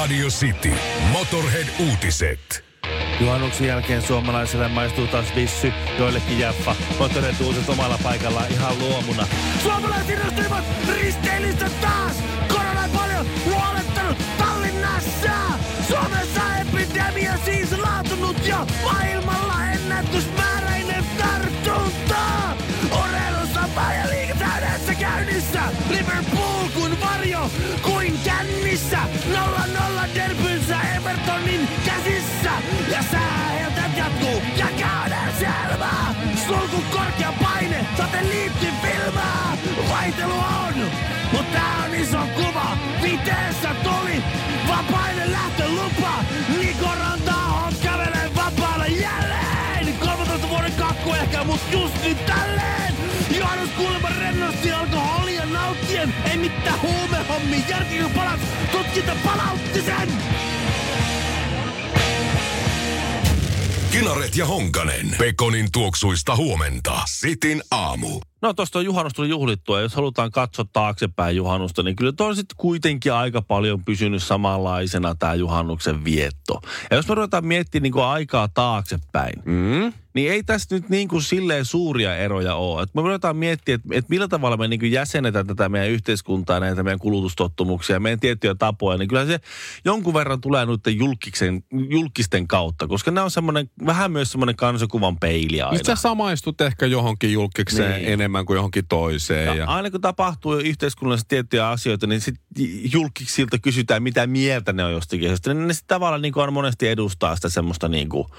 Radio City. Motorhead-uutiset. Juhannuksen jälkeen suomalaisille maistuu taas vissy, joillekin jaffa. Motorhead-uutiset omalla paikallaan ihan luomuna. Suomalaiset innostuivat risteilystä taas! Korona on paljon huolettanut Tallinnassa! Suomessa epidemia siis laatunut jo maailmalla ennätysmääräinen tartunta! Urheilusapa ja liiketäydessä käynnissä! Liverpool kuin varjo, kuin kännissä! 0-0 derbynsä Evertonin käsissä! Ja sääheltät jatkuu ja käydään selvää! Sulku korkea paine, satelliitti filmaa! Vaihtelu on, mutta tää on iso kuva! Viteessä tuli vapainen lähtölupa! Niko Ranta-Aho kävelee vapaana jälleen! 13 vuoden kakku ehkä, mut just nyt tälleen! Juhannus kuulemma rennosti alkoholia nauttien! Ei mitään huumehommi, järkikö palas, tutkinta palautti sen! Kinaret ja Honkanen. Pekonin tuoksuista huomenta. Sitin aamu. No tosta on juhannus tuli juhlittua, ja jos halutaan katsoa taaksepäin juhannusta, niin kyllä toi on sitten kuitenkin aika paljon pysynyt samanlaisena tää juhannuksen vietto. Ja jos me ruvetaan miettimään niin kuin aikaa taaksepäin, niin ei tässä nyt niin kuin silleen suuria eroja ole. Et me ruvetaan miettimään, että millä tavalla me niin kuin jäsennetään tätä meidän yhteiskuntaa, näitä meidän kulutustottumuksia, meidän tiettyjä tapoja, niin kyllä se jonkun verran tulee noiden julkisten kautta, koska ne on semmoinen, vähän myös semmoinen kansakuvan peili aina. Nyt sä samaistut ehkä johonkin julkikseen enemmän kuin johonkin toiseen. Ja aina kun tapahtuu yhteiskunnallisesti tiettyjä asioita, niin sitten julkiksilta kysytään, mitä mieltä ne on jostakin. Ne sitten tavallaan niin kuin on monesti edustaa sitä semmoista niin kuin,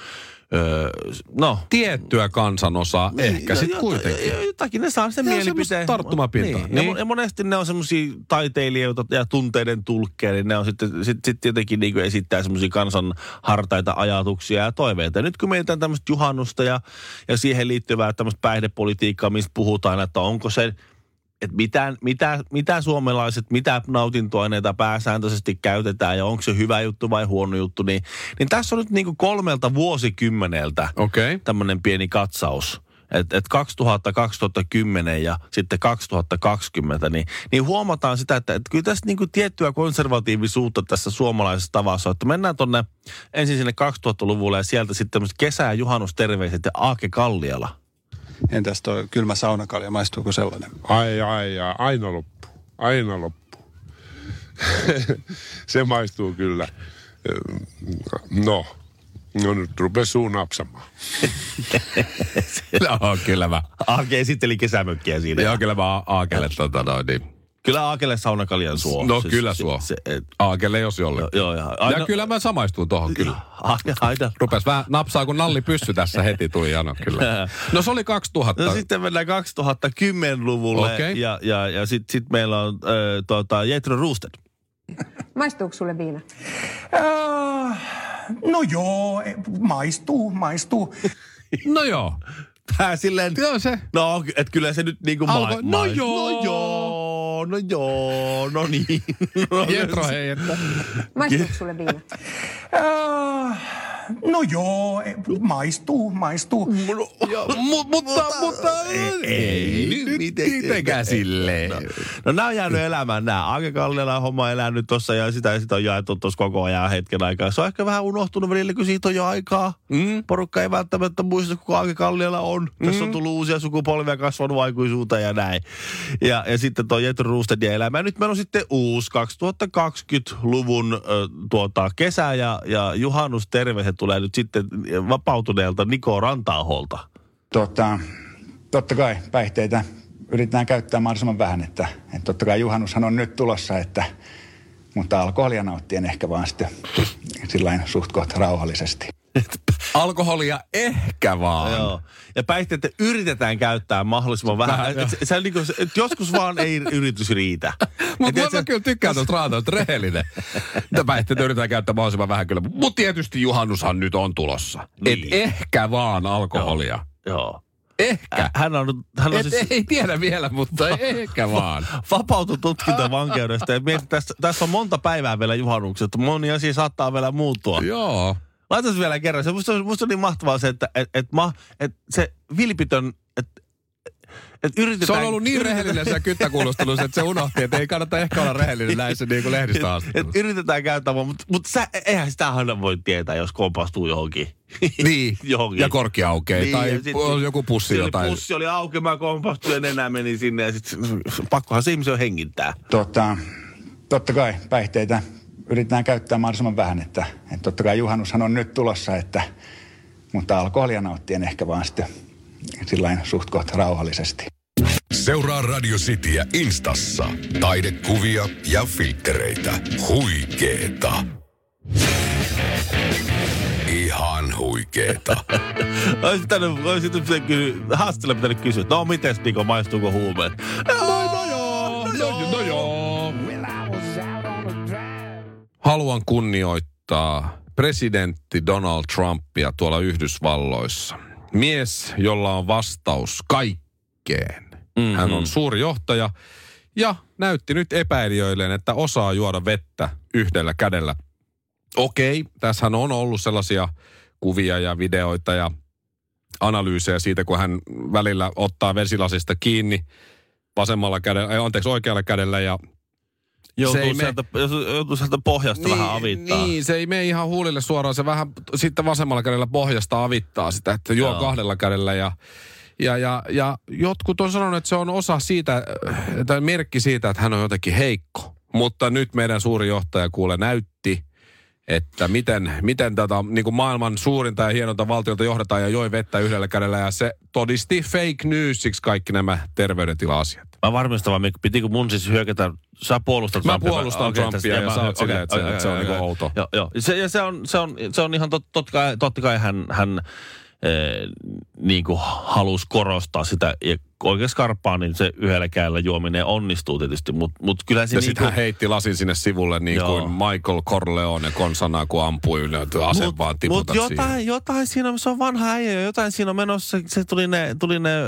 tiettyä kansanosaa, ehkä sitten kuitenkin. Jotakin ne saa sen mielipiteen. Tarttumapintaa. Niin. Ja monesti ne on semmoisia taiteilijoita ja tunteiden tulkkeja, niin ne on sitten jotenkin niin kuin esittää semmoisia kansan hartaita ajatuksia ja toiveita. Ja nyt kun meillä on tämmöistä juhannusta ja siihen liittyvää tämmöistä päihdepolitiikkaa, mistä puhutaan, että onko se, että mitä suomalaiset, mitä nautintoaineita pääsääntöisesti käytetään ja onko se hyvä juttu vai huono juttu, niin tässä on nyt niin kuin 3 vuosikymmeneltä tämmöinen pieni katsaus. Että 2000, 2010 ja sitten 2020, niin huomataan sitä, että kyllä tässä niin kuin tiettyä konservatiivisuutta tässä suomalaisessa tavassa on, että mennään tonne ensin sinne 2000-luvulle ja sieltä sitten tämmöiset kesä- ja juhannusterveiset ja Aake Kalliala. Entäs toi kylmä saunakalja, maistuuko sellainen? Aina loppu. Se maistuu kyllä. No nyt rupesi suu napsamaan. No, kyllä mä. Aake esitteli kesämökkiä siinä. Joo, kyllä mä Aakelle Kyllä Aakelle saunakaljan suo. No kyllä suo. Aakelle jos jollekin. Joo. Ja kyllä mä samaistuin tohon kyllä. Aina. Rupes vähän napsaa, kun nalli pyssy tässä heti tuli jano kyllä. No se oli 2000. No sitten mennään 2010-luvulle. Okay. Ja sit meillä on Jethro Roosted. Maistuuko sulle viina? No joo, maistuu. No joo. Tää silleen... Joo se. No, et kyllä se nyt niinku No niin. Jethro hei, että... Maistuuko sulle viina? No joo, maistuu. Mutta... Ei mitenkään silleen. No nämä on jäänyt elämään nämä. Aake Kalliala homma on elänyt tuossa ja sitä on jaettu tuossa koko ajan hetken aikaa. Se on ehkä vähän unohtunut välillä, kun siitä on jo aikaa. Porukka ei välttämättä muista, kuka Aake Kalliala on. Tässä on tullut uusia sukupolvia, kasvanut aikuisuutta ja näin. Ja sitten tuo Jethro Roostedin elämä. Nyt meillä on sitten uusi 2020-luvun kesä- ja juhannusterveiset tulee nyt sitten vapautuneelta Niko Ranta-Aholta. Totta kai päihteitä yritetään käyttää mahdollisimman vähän, että totta kai juhannushan on nyt tulossa, mutta alkoholia nauttien ehkä vaan sitten sillain suht koht rauhallisesti. Alkoholia ehkä vaan. Joo. Ja päihteitä yritetään käyttää mahdollisimman vähän. Et joskus vaan ei yritys riitä. Mutta mä kyllä tykkään tuosta raatoista, rehellinen. Päihteitä yritetään käyttää mahdollisimman vähän kyllä. Mutta tietysti juhannushan nyt on tulossa. Niin. Et ehkä vaan alkoholia. Joo. Ehkä. Hän on siis... Ei tiedä vielä, mutta ehkä vaan. Vapautu tutkintavankeudesta. Ja tässä on monta päivää vielä juhannukset. Moni asia saattaa vielä muuttua. Joo. Laitas vielä kerran. Musta on niin mahtavaa se, että se vilpitön, yritetään... Se on ollut niin rehellinen siellä kyttäkuulustelussa, että se unohti, että ei kannata ehkä olla rehellinen näissä niin kuin lehdistöhaastattelussa. Yritetään käyttää, mutta eihän sitä aina voi tietää, jos kompastuu johonkin. Niin, johonkin. ja korkki aukeaa, niin, tai on joku pussi jotain. Pussi oli auki, mä kompastuin ja nenä meni sinne, ja sitten pakkohan se ihmisen on hengittää. Totta kai päihteitä yritetään käyttää mahdollisimman vähän, että totta kai juhannushan on nyt tulossa, mutta alkoholia nauttien ehkä vaan sitten sillain suht kohta rauhallisesti. Seuraa Radio Cityä Instassa. Taidekuvia ja filttereitä. Huikeeta. Ihan huikeeta. Haastella pitänyt kysyä, no mites Niko, maistuuko huumeet? No joo. Haluan kunnioittaa presidentti Donald Trumpia tuolla Yhdysvalloissa. Mies, jolla on vastaus kaikkeen. Mm-hmm. Hän on suuri johtaja ja näytti nyt epäilijöilleen, että osaa juoda vettä yhdellä kädellä. Okei, tässähän on ollut sellaisia kuvia ja videoita ja analyysejä siitä, kun hän välillä ottaa vesilasista kiinni oikealla kädellä ja joutuu sieltä pohjasta vähän avittaa. Niin, se ei mene ihan huulille suoraan, se vähän sitten vasemmalla kädellä pohjasta avittaa sitä, että juo kahdella kädellä ja jotkut on sanonut, että se on osa siitä, tai merkki siitä, että hän on jotenkin heikko. Mutta nyt meidän suuri johtaja näytti, että miten tätä niin kuin maailman suurinta ja hienolta valtiolta johdetaan ja joi vettä yhdellä kädellä ja se todisti fake newsiksi kaikki nämä terveydentila-asiat. Mä varmistan vaan, pitikö mun siis hyökätä, sä puolustat Trumpia. Mä puolustan Trumpia ja sä oot sitä, että se on niinku outo. Joo. Se on ihan totta kai hän niin kuin halusi korostaa sitä ja oikein skarppaa, niin se yhdellä kädellä juominen onnistuu tietysti, mutta kyllä se... Ja sitten hän heitti lasin sinne sivulle niin kuin Michael Corleone konsanaa, kun ampui ylöty ase vaan tiputat siihen. Jotain siinä, se on vanha äijä, jotain siinä on menossa, se tuli ne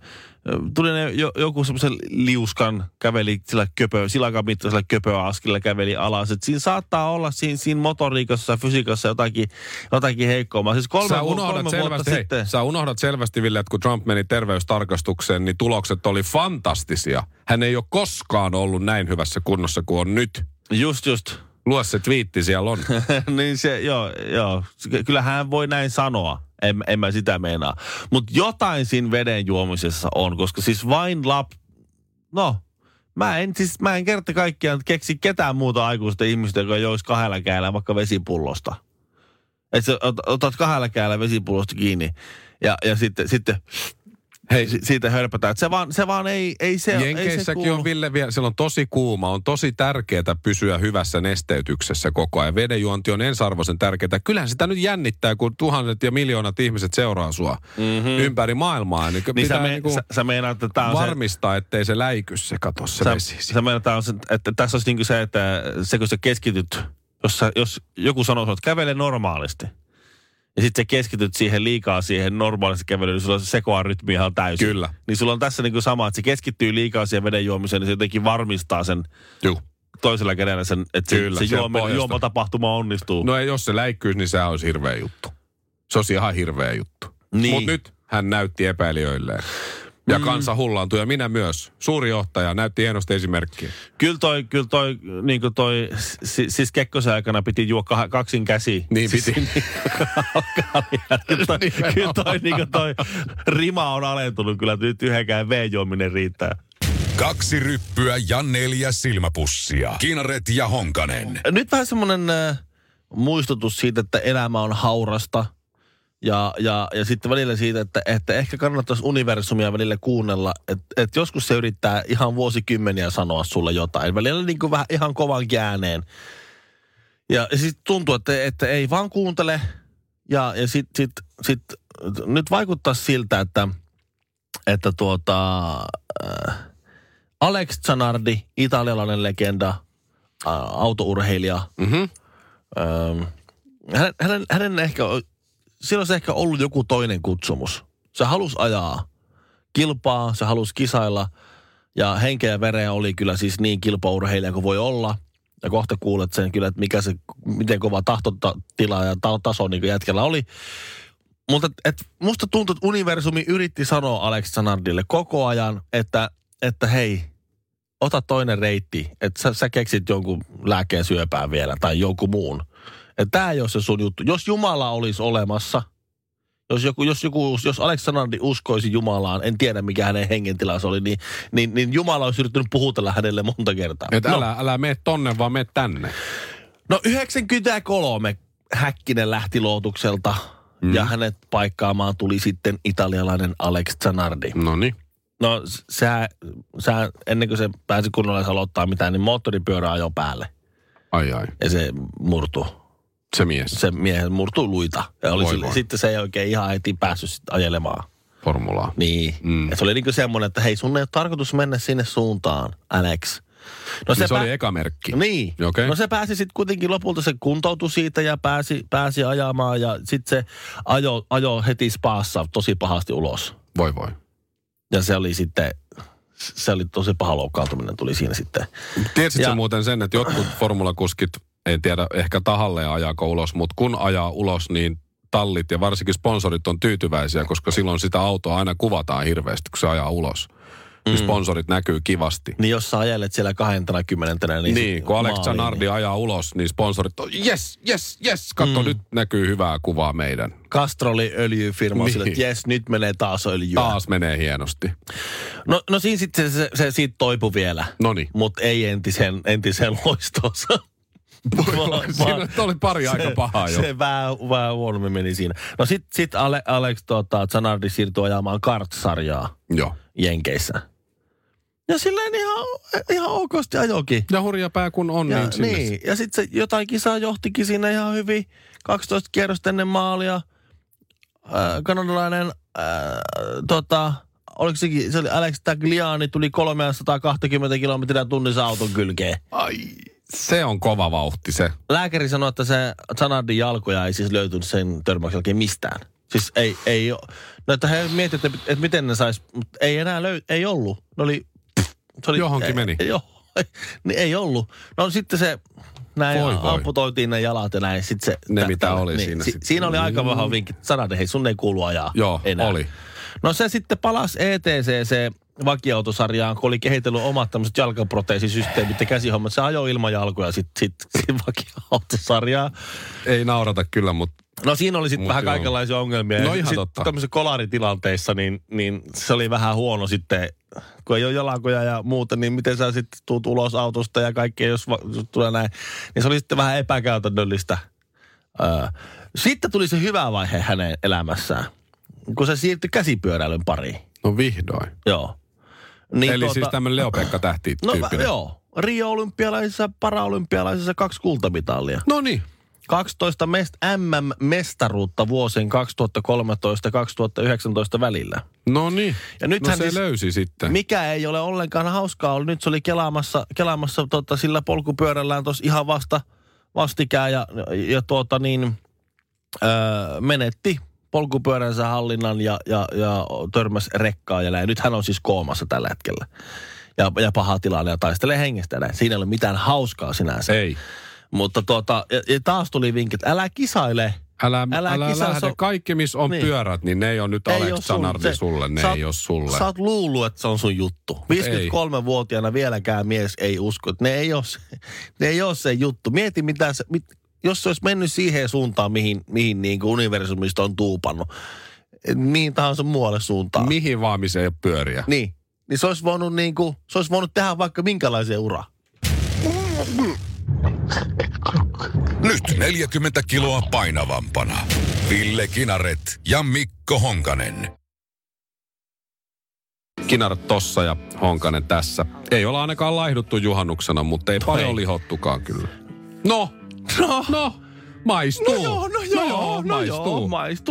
joku semmoisen liuskan käveli sillä silakan mittaisella köpöaskilla käveli alas. Et siinä saattaa olla siinä motoriikassa ja fysiikassa jotakin heikkoa. Siis kolme vuotta sitten... Sä unohdat selvästi, Ville, että kun Trump meni terveystarkastukseen, niin tulokset oli fantastisia. Hän ei ole koskaan ollut näin hyvässä kunnossa kuin on nyt. Just. Lue se twiitti, siellä on. Niin se, joo. Kyllähän voi näin sanoa. En mä sitä meinaa. Mutta jotain siinä veden juomisessa on, koska siis vain mä en kerta kaikkiaan keksi ketään muuta aikuista ihmistä, joka joisi kahdella kädellä vaikka vesipullosta. Että sä otat kahdella kädellä vesipullosta kiinni ja sitten hei, siitä hörpätään. Se vaan ei se... Jenkeissäkin on, Ville, vielä, siellä on tosi kuuma. On tosi tärkeää pysyä hyvässä nesteytyksessä koko ajan. Vedenjuonti on ensiarvoisen tärkeää. Kyllähän sitä nyt jännittää, kun tuhannet ja miljoonat ihmiset seuraa sua ympäri maailmaa. Niin pitää sä meinaat, että varmistaa, ettei se läiky se vesi. Sä meinaat, että tässä olisi niin se, että se kun sä keskityt, jos joku sanoo, että kävele normaalisti. Ja sitten sä keskityt liikaa siihen normaalisesti kävelyyn, niin sulla se sekoaa rytmi ihan täysin. Kyllä. Niin sulla on tässä niin kuin sama, että se keskittyy liikaa siihen veden juomiseen, niin se jotenkin varmistaa sen toisella kädellä sen, että se juomatapahtuma onnistuu. No jos se läikkyisi, niin se olisi hirveä juttu. Se olisi ihan hirveä juttu. Niin. Mutta nyt hän näytti epäilijöilleen. Ja kansa hullaantui ja minä myös. Suuri johtaja näytti hienosti esimerkkiä. Kyllä toi, niin kuin siis Kekkosen aikana piti juo kaksin käsi. Niin piti. Kyllä toi rima on alentunut kyllä, nyt yhdenkään V-juominen riittää. 2 ryppyä ja 4 silmäpussia. Kinaret ja Honkanen. Nyt vähän semmoinen muistutus siitä, että elämä on haurasta. Ja sitten välillä siitä, että ehkä kannattaisi universumia välillä kuunnella, että joskus se yrittää ihan vuosikymmeniä sanoa sulle jotain. Välillä niin kuin vähän ihan kovan kääneen. Ja sitten tuntuu, että ei vaan kuuntele. Ja sitten nyt vaikuttaa siltä, että Alex Zanardi, italialainen legenda, autourheilija. Hänen ehkä... Siinä olisi ehkä ollut joku toinen kutsumus. Se halusi ajaa kilpaa, se halusi kisailla ja henkeä ja vereä oli kyllä siis niin kilpaurheilija kuin voi olla. Ja kohta kuulet sen kyllä, että miten kova tahtotila ja taso niin kuin jätkellä oli. Mutta musta tuntuu, että universumi yritti sanoa Alex Zanardille koko ajan, että hei, ota toinen reitti, että sä keksit jonkun lääkkeen syöpään vielä tai jonkun muun. Että tää ei ole se sun juttu. Jos Jumala olisi olemassa, jos Alex Zanardi uskoisi Jumalaan, en tiedä mikä hänen hengentilansa oli, niin Jumala olisi yrittänyt puhutella hänelle monta kertaa. Että älä mene tonne, vaan mene tänne. No 93 Häkkinen lähti Lootukselta ja hänet paikkaamaan tuli sitten italialainen Alex Zanardi. Noniin. No sä ennen kuin se pääsi kunnolla aloittaa mitään, niin moottoripyörä ajoi päälle. Ai. Ja se murtui. Se mies. Se mies murtui luita. Ja oli sitten se ei oikein ihan heti päässyt ajelemaan. Formulaa. Niin. Ja se oli niin kuin semmoinen, että hei, sun ei ole tarkoitus mennä sinne suuntaan, Alex. No se oli eka merkki. Niin. Okay. No se pääsi sitten kuitenkin lopulta, se kuntoutui siitä ja pääsi ajamaan ja sitten se ajo heti spaassa tosi pahasti ulos. Voi. Ja se oli sitten, se oli tosi paha loukkaantuminen tuli siinä sitten. Tiesitkö muuten sen, että jotkut formulakuskit, en tiedä ehkä tahalleen ajaako ulos, mutta kun ajaa ulos, niin tallit ja varsinkin sponsorit on tyytyväisiä, koska silloin sitä autoa aina kuvataan hirveästi, kun se ajaa ulos. Niin sponsorit näkyy kivasti. Niin jos sä ajelet siellä 20. Niin kun Alex Zanardi ajaa ulos, niin sponsorit on yes, katso nyt näkyy hyvää kuvaa meidän. Castrolin öljyfirma sille, että jes, nyt menee taas öljyä. Taas menee hienosti. No siinä sitten se siitä toipui vielä. Noniin. Mutta ei entisen loistossa. Siinä oli pari aika pahaa jo. Se vähän huonommin meni siinä. No sit Alex Zanardi siirtyi ajamaan kart-sarjaa Jenkeissä. Ja silleen ihan okosti ajokin. Ja hurja pää kun on, niin sinne. Niin, ja sitten se jotain kisaa johtikin siinä ihan hyvin. 12 kierrosta ennen maalia. Kanadalainen, oliko se oli Alex Tagliani, tuli 320 kilometriä tunnissa auton kylkeen. Ai, se on kova vauhti se. Lääkäri sanoi, että se Zanardin jalkoja ei siis löytynyt sen törmäyksen jälkeen mistään. Siis ei ole. No, että he miettivät, että miten ne sais, mutta ei enää ei ollut. Ne oli... Johonkin meni. Niin ei ollut. No sitten se, näin amputoitiin ne jalat ja näin. Sitten se, ne mitä oli niin, siinä. Siinä oli aika vähän vinkki. Zanardi, hei sun ei kuulu ajaa. Joo, enää. Oli. No se sitten palasi vakiautosarjaan, kun oli kehitellyt omat tämmöiset jalkaproteesisysteemit ja käsihommat. Se ajoi ilman jalkoja sitten vakiautosarjaan. Ei naurata kyllä, mutta... No siinä oli sitten vähän kaikenlaisia ongelmia. No ihan totta. Tämmöisessä kolaritilanteissa, niin se oli vähän huono sitten, kun ei ole jalkoja ja muuta, niin miten sä sitten tuut ulos autosta ja kaikkea, jos tulee näin. Niin se oli sitten vähän epäkäytännöllistä. Sitten tuli se hyvä vaihe hänen elämässään, kun se siirtyi käsipyöräilyn pariin. No vihdoin. Joo. Niin eli siis tämmöinen Leo-Pekka Tähti-tyyppinen. No joo. Rio-olympialaisissa, paraolympialaisissa 2 kultamitalia. No niin. 12 MM-mestaruutta vuosien 2013 ja 2019 välillä. No niin, ja nythän se löysi sitten. Mikä ei ole ollenkaan hauskaa ollut. Nyt se oli kelaamassa sillä polkupyörällään tuossa ihan vastikään ja menetti polkupyöränsä hallinnan ja törmäsi rekkaa ja näin. Nyt hän on siis koomassa tällä hetkellä. Ja paha tilanne ja taistelee hengestä näin. Siinä ei ole mitään hauskaa sinänsä. Ei. Mutta ja taas tuli vinkit, älä kisaile. Älä lähde. Kaikki, missä on pyörät, niin ne ei ole nyt Alex Zanardi sulle. Ne ei ole sulle. Sä oot luullut, että se on sun juttu. 53-vuotiaana vieläkään mies ei usko, että ne ei ole se juttu. Mieti, jos se olisi mennyt siihen suuntaan, mihin niin kuin universumista on tuupannut. Mihin tahansa muualle suuntaan. Mihin vaan, missä ei ole pyöriä. Niin se olisi voinut tehdä vaikka minkälaisen ura. Nyt 40 kiloa painavampana. Ville Kinaret ja Mikko Honkanen. Kinaret tossa ja Honkanen tässä. Ei olla ainakaan laihduttu juhannuksena, mutta ei paljon lihottukaan kyllä. No. Maistuu.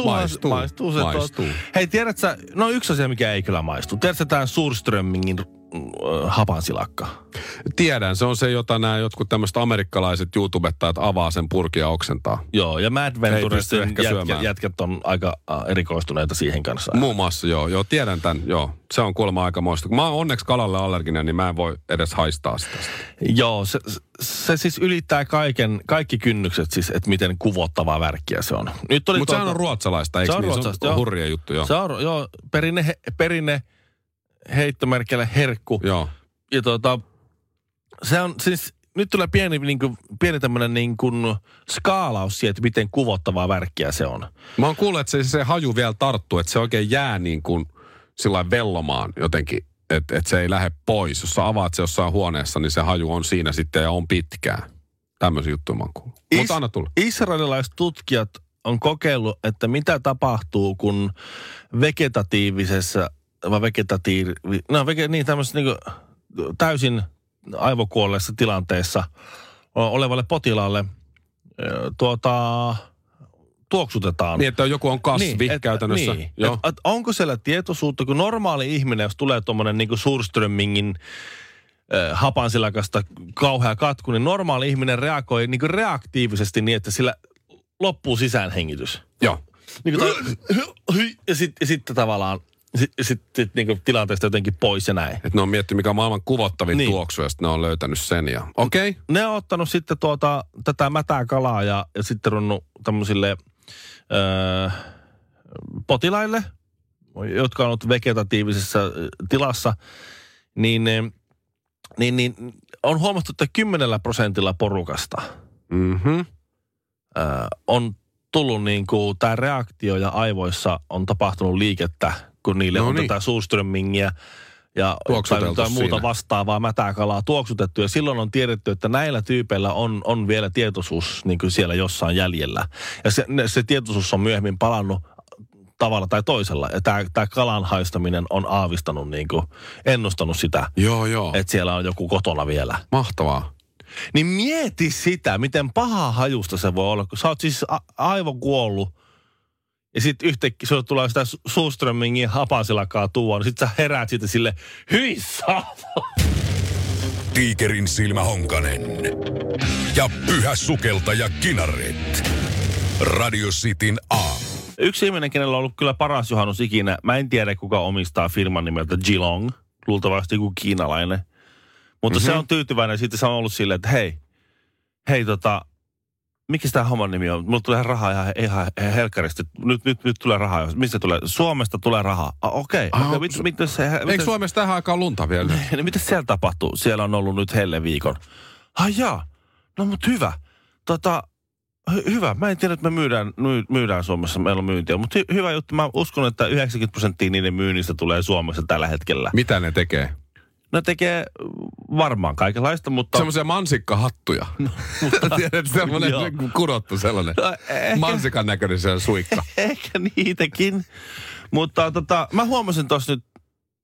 Maistuu. Hei, tiedätkö, yksi asia, mikä ei kyllä maistu. Tiedätkö tämän Surströmmingin hapansilakka. Tiedän, se on se, jota nämä jotkut tämmöiset amerikkalaiset YouTubettajat avaa sen purkin ja oksentaa. Joo, ja Mad Venturesin jätkät on aika erikoistuneita siihen kanssa. Muun muassa, joo, tiedän tämän, joo. Se on kuulemma aikamoista. Kun mä oon onneksi kalalle allerginen, niin mä en voi edes haistaa sitä. Joo, se siis ylittää kaikki kynnykset siis, että miten kuvottavaa värkkiä se on. Mutta sehän on ruotsalaista, eikö niin? Se on hurja juttu, joo. Se on, perinne heittomerkillä herkku. Joo. Ja se on siis, nyt tulee pieni tämmönen niin kuin skaalaus siihen, että miten kuvottavaa värkkiä se on. Mä oon kuullut, että se haju vielä tarttuu, että se oikein jää niin kuin sillain vellomaan jotenkin, että se ei lähde pois. Jos sä avaat se jossain huoneessa, niin se haju on siinä sitten ja on pitkään. Tämmöisiä juttuja mä oon kuullut. Mutta anna tulla. Israelilaiset tutkijat on kokeillut, että mitä tapahtuu, kun tämmöisessä niin täysin aivokuolleessa tilanteessa olevalle potilaalle tuoksutetaan. Niin, että joku on kasvi käytännössä. Niin, onko siellä tietoisuutta, kun normaali ihminen, jos tulee tuommoinen niin kuin Surströmmingin hapansilakasta kauhea katku, niin normaali ihminen reagoi niin kuin reaktiivisesti niin, että sillä loppuu sisäänhengitys. Joo. Niin ja sitten tavallaan sitten niinku tilanteesta jotenkin pois ja näin. Että ne on miettinyt, mikä on maailman kuvottavin tuoksu, ja sitten ne on löytänyt sen. Ja okei. Ne on ottanut sitten tätä mätää kalaa ja sitten runnut tämmöisille potilaille, jotka on ollut vegetatiivisessa tilassa, niin on huomattu, että 10% porukasta on tullut niinku tämä reaktio ja aivoissa on tapahtunut liikettä, kun niille on tätä Surströmmingiä ja tai muuta vastaavaa mätää kalaa tuoksutettu. Ja silloin on tiedetty, että näillä tyypeillä on vielä tietoisuus niin kuin siellä jossain jäljellä. Ja se tietoisuus on myöhemmin palannut tavalla tai toisella. Ja tämä kalan haistaminen on aavistanut, niin kuin ennustanut sitä, että siellä on joku kotona vielä. Mahtavaa. Niin mieti sitä, miten paha hajusta se voi olla, kun sä oot siis aivan kuollut. Ja sit yhtäkkiä sulle tulee sitä Surströmmingin hapansilakkaa tuoda, niin sit sä heräät siitä sille, hyi saatana. Tiikerin silmä Honkanen ja pyhä sukeltaja Kinaret. Radio Cityn aamu. Yksi ihminen, kenellä on ollut kyllä paras juhannus ikinä. Mä en tiedä, kuka omistaa firman nimeltä Geelong. Luultavasti joku kiinalainen. Mutta se on tyytyväinen. Sitten se on ollut silleen, että hei, mikä tämä homman nimi on? Mulla tulee rahaa ihan helkkaristi. Nyt tulee rahaa. Mistä tulee? Suomesta tulee rahaa. Okei. Eikö Suomessa tähän aikaan lunta vielä? Niin mitä siellä tapahtuu? Siellä on ollut nyt helleviikon. Jaa. No mut hyvä. Hyvä. Mä en tiedä, että me myydään Suomessa. Meillä on myyntiä. Mutta hyvä juttu. Mä uskon, että 90% niiden myynnistä tulee Suomessa tällä hetkellä. Mitä ne tekee? Ne tekee varmaan kaikenlaista, mutta... Semmoisia mansikkahattuja. Tiedät, semmoinen kudottu sellainen. Mansikan näköinen se suikka. Ehkä niitäkin. Mutta mä huomasin tuossa nyt,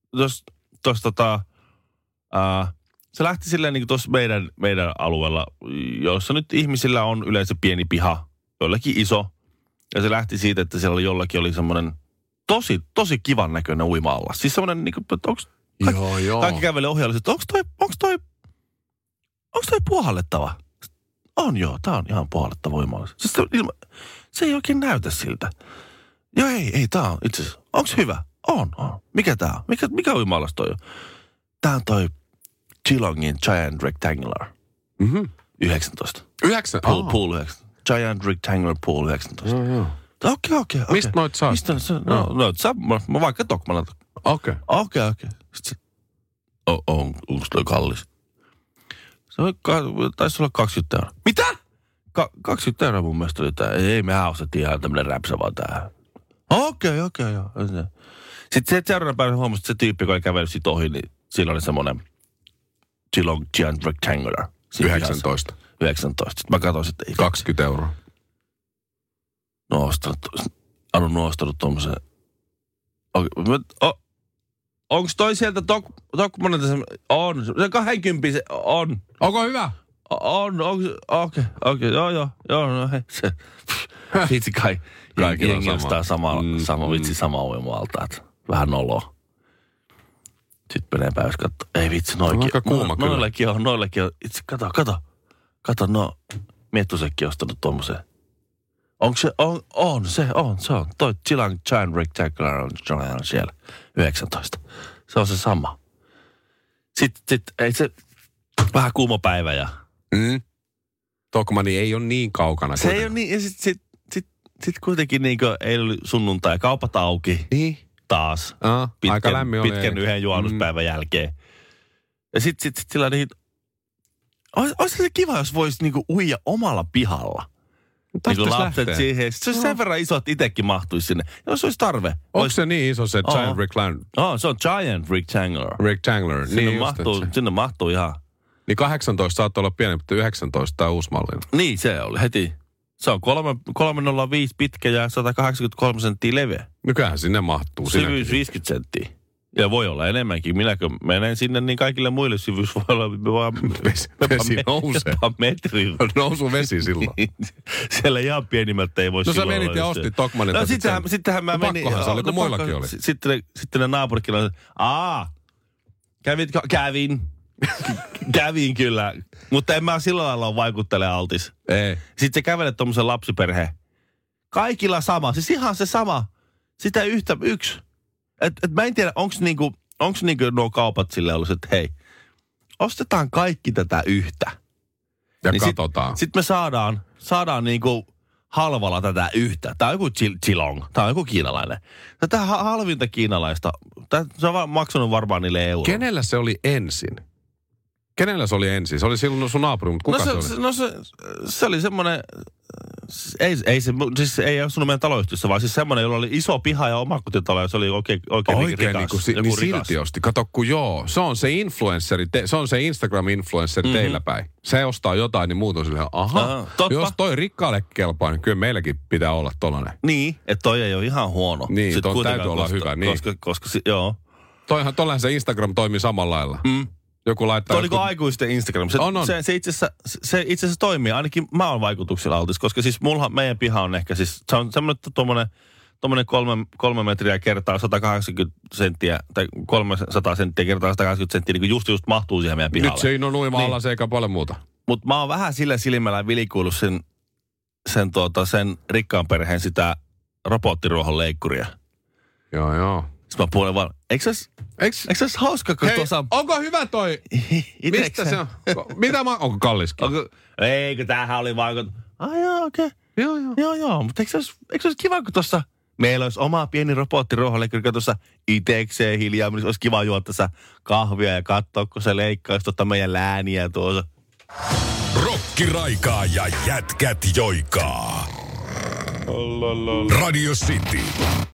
se lähti silleen niin kuin tuossa meidän alueella, jossa nyt ihmisillä on yleensä pieni piha, jollekin iso. Ja se lähti siitä, että siellä jollakin oli semmoinen tosi kivan näköinen uima-alla. Siis semmoinen, niin kuin, että onko... Kaikki kävelee ohjaalle, että onko toi puhallettava? On joo, tää on ihan puhallettava uima-alla. Siis se ei oikein näytä siltä. Joo ei, tää on itse asiassa. Onko hyvä? On. Mikä tää on? Mikä uima-allas toi on? Tää on toi Geelongin Giant Rectangular. 19. Pool 19. Giant Rectangular Pool 19. Okei. Mistä noit saa? Mä vaikka Tokmanalta. Okei. Sitten onko toi kallis? Se taisi olla 20 €. Mitä? 20 € mun mielestä oli tää. Ei, mehän ostettiin ihan tämmönen räpsä vaan tää. Okei. Sitten seuraavana päivänä huomasin, että se tyyppi, kun oli kävellyt siitä ohi, niin sillä oli semmonen Geelong Giant Rectangular. 19. Sitten mä katsoin, että... 20 €. Nostanut tommosen... Onko toi sieltä Tokmanilta se... On. Se 20 se on. Onko hyvä? On. Okei. Joo, no hei. Se... Vitsi kai. Jengi ostaa sama vitsi sama uima-alta. Vähän noloa. Sitten menee päivässä katsoa. Ei vitsi, aika kuuma kyllä. Noillekin on. Itse, kato, Miettusekki on ostanut tuommoiseen. Onko se? Se on. Toi Giant Rectangular on siellä 19. Se on se sama. Sitten ei se vähän kuuma päivä ja... Tokmanni ei ole niin kaukana. Se ei ole niin, ja sit kuitenkin niin kuin eilen oli sunnuntai, kaupat auki. Niin. Taas. Aika lämmin oli. Pitkän yhden juhannuspäivän jälkeen. Ja sit sillä niin... Olisi se kiva, jos voisi niinku uija omalla pihalla. Niin lapset siihen. Se olisi sen verran iso, että itsekin mahtuisi sinne. Jos olisi tarve. Onko se niin iso se Giant Rectangular? Se on Giant Rectangular. Rectangular. Sinne mahtuu ihan. Niin 18 saattaa olla pienempi, mutta 19 tämä uusi malli. Niin, se oli heti. Se on 305 pitkä ja 183 senttiä leveä. Nykyään sinne mahtuu. Syvyys 50 senttiä. Ja voi olla enemmänkin. Minäkö menen sinne, niin kaikille muille syvyys voi olla vesi nousee. Metri. Nousu vesi silloin. Siellä ihan pienimmät ei voi silloin olla. No sä menit ja ostit Tokmanilta. No sittenhän mä menin. Pakkohan se oli, kun muillakin oli. Sitten ne naapurikin oli, Kävin kyllä. Mutta en mä sillä lailla vaikuttele altis. Ei. Sitten se kävelee tommosen lapsiperheen. Kaikilla sama. Siis ihan se sama. Sitä yksi. Et mä en tiedä, onks niinku nuo kaupat silleen ollut, että hei, ostetaan kaikki tätä yhtä. Ja niin katsotaan. Sitten me saadaan niinku halvalla tätä yhtä. Tää on joku Chilong. Tää on joku kiinalainen. Tätä halvinta kiinalaista. Se on maksanut varmaan niille euroa. Kenellä se oli ensin? Se oli silloin sun naapuri, mutta kuka se oli? Se oli semmoinen, ei asunut meidän taloyhtiössä, vaan siis semmoinen, jolla oli iso piha ja omakotitalo ja se oli oikein rikas. Niin silti osti. Kato, kun se on se influensseri, se on se Instagram-influensseri teillä päin. Se ostaa jotain, niin muut on silleen, jos toi rikkaalle kelpaa, niin kyllä meilläkin pitää olla tollainen. Niin, että toi ei ole ihan huono. Niin, toi täytyy olla hyvä. Niin. Koska joo. Tollainen se Instagram toimii samalla lailla. Joku laittaa... Tuo oliko aikuisten Instagram? Se itse asiassa toimii. Ainakin mä oon vaikutuksella altis, koska siis meidän piha on ehkä siis... Se on semmoinen tuommoinen 3 metriä kertaa 180 senttiä, tai 300 senttiä kertaa 180 senttiä, niin kuin just mahtuu siihen meidän pihalle. Nyt se on uima alla, se eikä paljon muuta. Mutta mä oon vähän sillä silmällä vilikuillut sen rikkaan perheen sitä robottiruohon leikkuria. Joo. Sitten mä puhuin vaan, eikö se olisi hauska, kun tuossa... Onko hyvä toi? Mistä se on? Onko kalliskin? Eikö tämähän oli vaan, kun... Okei. Joo. Mutta eikö se olisi kiva, kun tuossa... Meillä olisi oma pieni robottiruohonleikkuri, joka tuossa itekseen hiljaa. Olisi kiva juoda tässä kahvia ja katsoa, kun se leikkaisi meidän lääniä tuossa. Rokkiraikaa ja jätkät joikaa. Radio City.